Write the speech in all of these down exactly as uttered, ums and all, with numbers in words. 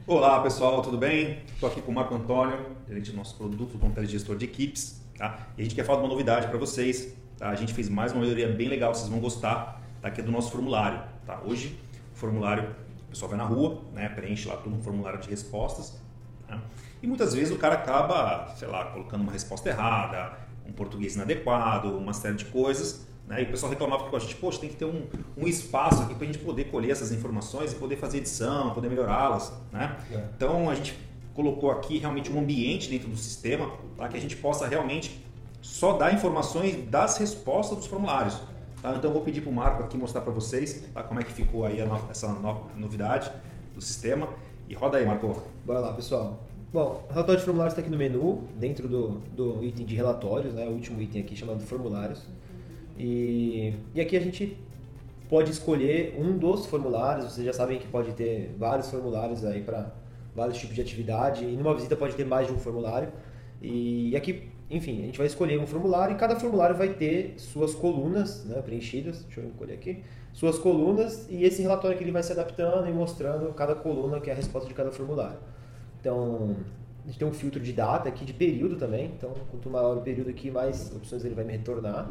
Olá pessoal, tudo bem? Estou aqui com o Marco Antônio, gerente do nosso produto, como telegestor de equipes, tá? E a gente quer falar de uma novidade para vocês, tá? A gente fez mais uma melhoria bem legal, vocês vão gostar, tá? Que é do nosso formulário, tá? Hoje, o formulário, o pessoal vai na rua, né? Preenche lá todo um formulário de respostas, tá? E muitas vezes o cara acaba, sei lá, colocando uma resposta errada, um português inadequado, uma série de coisas, né? E o pessoal reclamava com a gente, poxa, tem que ter um, um espaço aqui para a gente poder colher essas informações e poder fazer edição, poder melhorá-las, né? É. Então a gente colocou aqui realmente um ambiente dentro do sistema para que a gente possa realmente só dar informações das respostas dos formulários. Tá? Então eu vou pedir para o Marco aqui mostrar para vocês, tá? Como é que ficou aí a no, essa no, novidade do sistema. E roda aí, Marco. Bora lá, pessoal. Bom, o relatório de formulários está aqui no menu, dentro do, do item de relatórios, né? O último item aqui chamado formulários. E, e aqui a gente pode escolher um dos formulários. Vocês já sabem que pode ter vários formulários aí para vários tipos de atividade, e numa visita pode ter mais de um formulário. E, e aqui, enfim, a gente vai escolher um formulário e cada formulário vai ter suas colunas, né, preenchidas. Deixa eu escolher aqui. Suas colunas, e esse relatório aqui ele vai se adaptando e mostrando cada coluna que é a resposta de cada formulário. Então, a gente tem um filtro de data aqui, de período também. Então, quanto maior o período aqui, mais opções ele vai me retornar.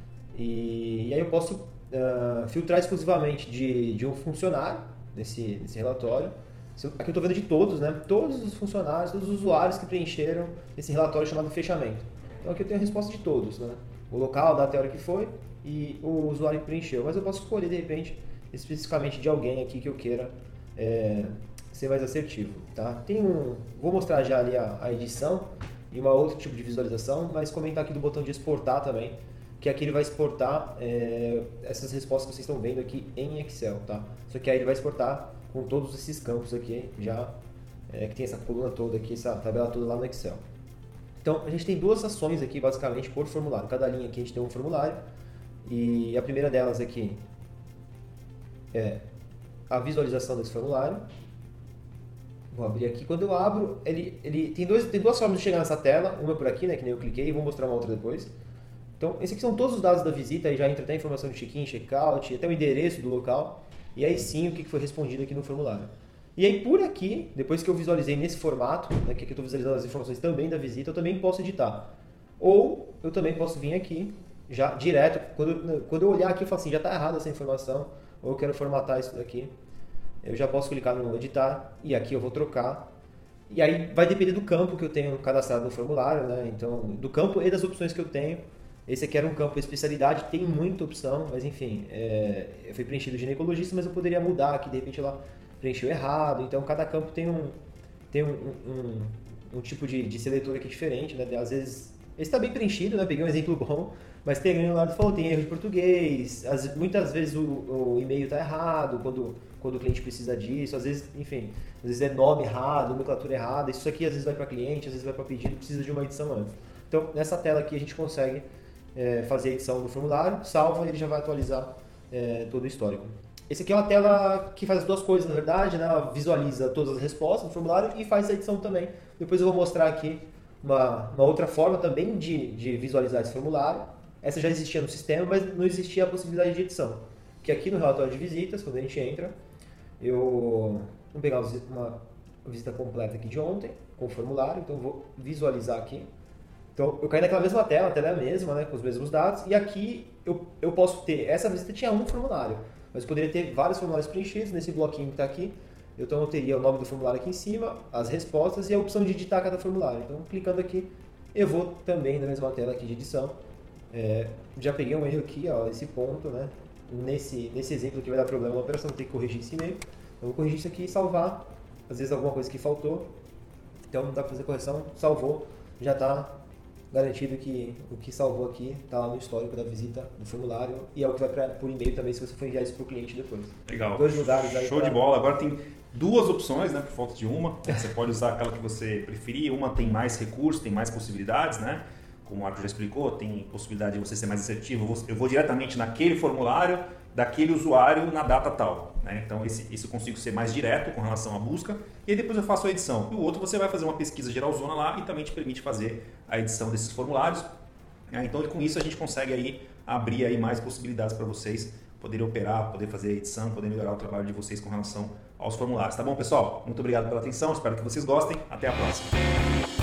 E, e aí eu posso uh, filtrar exclusivamente de, de um funcionário nesse, nesse relatório. Aqui eu estou vendo de todos, né? Todos os funcionários, todos os usuários que preencheram esse relatório chamado fechamento. Então aqui eu tenho a resposta de todos, né? O local, a data e a hora que foi e o usuário que preencheu. Mas eu posso escolher, de repente, especificamente de alguém aqui que eu queira é, ser mais assertivo, tá? Tem um, vou mostrar já ali a, a edição e uma outro tipo de visualização, mas comentar aqui do botão de exportar também, que aqui ele vai exportar é, essas respostas que vocês estão vendo aqui em Excel, tá? Só que aí ele vai exportar com todos esses campos aqui, já é, que tem essa coluna toda aqui, essa tabela toda lá no Excel. Então, a gente tem duas ações aqui, basicamente, por formulário. Cada linha aqui a gente tem um formulário, e a primeira delas aqui é a visualização desse formulário. Vou abrir aqui. Quando eu abro, ele, ele tem, dois, tem duas formas de chegar nessa tela, uma por aqui, né, que nem eu cliquei, e vou mostrar uma outra depois. Então, esses aqui são todos os dados da visita, aí já entra até a informação de check-in, check-out, até o endereço do local, e aí sim o que foi respondido aqui no formulário. E aí por aqui, depois que eu visualizei nesse formato, né, que aqui eu estou visualizando as informações também da visita, eu também posso editar. Ou eu também posso vir aqui, já direto, quando, quando eu olhar aqui e falar assim, já está errada essa informação, ou eu quero formatar isso daqui, eu já posso clicar no editar, e aqui eu vou trocar. E aí vai depender do campo que eu tenho cadastrado no formulário, né? Então, do campo e das opções que eu tenho. Esse aqui era um campo de especialidade, tem muita opção, mas enfim, é, eu fui preenchido ginecologista, mas eu poderia mudar aqui, de repente ela preencheu errado. Então cada campo tem um, tem um, um, um tipo de, de seletor aqui diferente, né? Às vezes, esse está bem preenchido, né? Peguei um exemplo bom, mas tem um lado falou, tem erro de português, as, muitas vezes o, o e-mail está errado quando, quando o cliente precisa disso, às vezes, enfim, às vezes é nome errado, nomenclatura errada, isso aqui às vezes vai para cliente, às vezes vai para pedido, precisa de uma edição antes. Então nessa tela aqui a gente consegue É, fazer a edição do formulário, salva e ele já vai atualizar é, todo o histórico. Esse aqui é uma tela que faz as duas coisas, na verdade, né? Ela visualiza todas as respostas do formulário e faz a edição também. Depois eu vou mostrar aqui uma, uma outra forma também de, de visualizar esse formulário. Essa já existia no sistema, mas não existia a possibilidade de edição. Que aqui no relatório de visitas, quando a gente entra, eu vou pegar uma visita completa aqui de ontem, com o formulário, então eu vou visualizar aqui. Então, eu caí naquela mesma tela, a tela é a mesma, né, com os mesmos dados, e aqui eu, eu posso ter, essa visita tinha um formulário, mas eu poderia ter vários formulários preenchidos, nesse bloquinho que está aqui, então eu teria o nome do formulário aqui em cima, as respostas e a opção de editar cada formulário. Então, clicando aqui, eu vou também na mesma tela aqui de edição, é, já peguei um erro aqui, ó, esse ponto, né, nesse, nesse exemplo aqui vai dar problema na operação, vou ter que corrigir esse e-mail, então vou corrigir isso aqui e salvar, às vezes alguma coisa que faltou, então dá para fazer correção, salvou, já está garantido que o que salvou aqui está lá no histórico da visita do formulário e é o que vai pra, por e-mail também se você for enviar isso para o cliente depois. Legal. Dois lugares aí. Show pra... de bola. Agora tem duas opções, né, por falta de uma. Você pode usar aquela que você preferir. Uma tem mais recursos, tem mais possibilidades, né? Como o Marco já explicou, tem possibilidade de você ser mais assertivo. Eu vou, eu vou diretamente naquele formulário, daquele usuário na data tal, né? Então esse, esse eu consigo ser mais direto com relação à busca e aí depois eu faço a edição. E o outro você vai fazer uma pesquisa geralzona lá e também te permite fazer a edição desses formulários. Então com isso a gente consegue aí abrir aí mais possibilidades para vocês poderem operar, poder fazer a edição, poder melhorar o trabalho de vocês com relação aos formulários. Tá bom, pessoal? Muito obrigado pela atenção, espero que vocês gostem. Até a próxima.